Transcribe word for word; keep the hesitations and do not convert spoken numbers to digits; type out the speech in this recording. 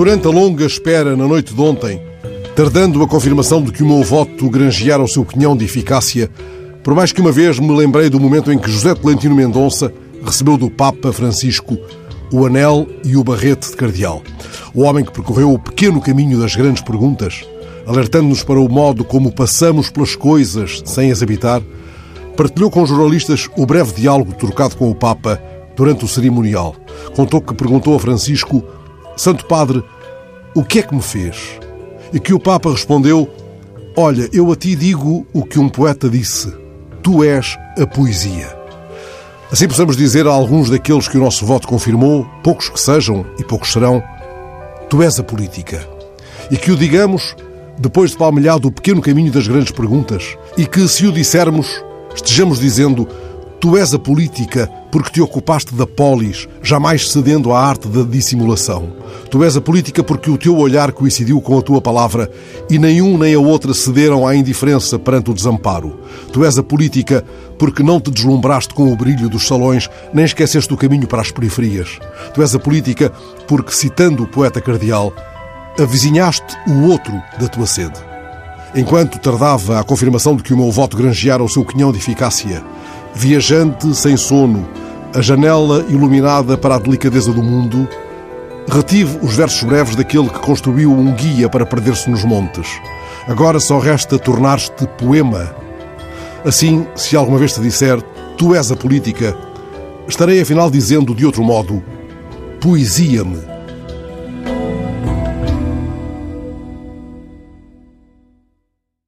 Durante a longa espera na noite de ontem, tardando a confirmação de que o meu voto granjeara o seu quinhão de eficácia, por mais que uma vez me lembrei do momento em que José Tolentino Mendonça recebeu do Papa Francisco o anel e o barrete de cardeal. O homem que percorreu o pequeno caminho das grandes perguntas, alertando-nos para o modo como passamos pelas coisas sem as habitar, partilhou com os jornalistas o breve diálogo trocado com o Papa durante o cerimonial. Contou que perguntou a Francisco: Santo Padre, o que é que me fez? E que o Papa respondeu: olha, eu a ti digo o que um poeta disse, tu és a poesia. Assim possamos dizer a alguns daqueles que o nosso voto confirmou, poucos que sejam e poucos serão, tu és a política. E que o digamos depois de palmilhado o pequeno caminho das grandes perguntas, e que, se o dissermos, estejamos dizendo: tu és a política porque te ocupaste da polis, jamais cedendo à arte da dissimulação. Tu és a política porque o teu olhar coincidiu com a tua palavra e nem um nem a outra cederam à indiferença perante o desamparo. Tu és a política porque não te deslumbraste com o brilho dos salões, nem esqueceste o caminho para as periferias. Tu és a política porque, citando o poeta cardeal, avizinhaste o outro da tua sede. Enquanto tardava a confirmação de que o meu voto granjeara o seu quinhão de eficácia, viajante sem sono, a janela iluminada para a delicadeza do mundo, retive os versos breves daquele que construiu um guia para perder-se nos montes. Agora só resta tornar-te poema. Assim, se alguma vez te disser tu és a política, estarei afinal dizendo de outro modo: poesia-me.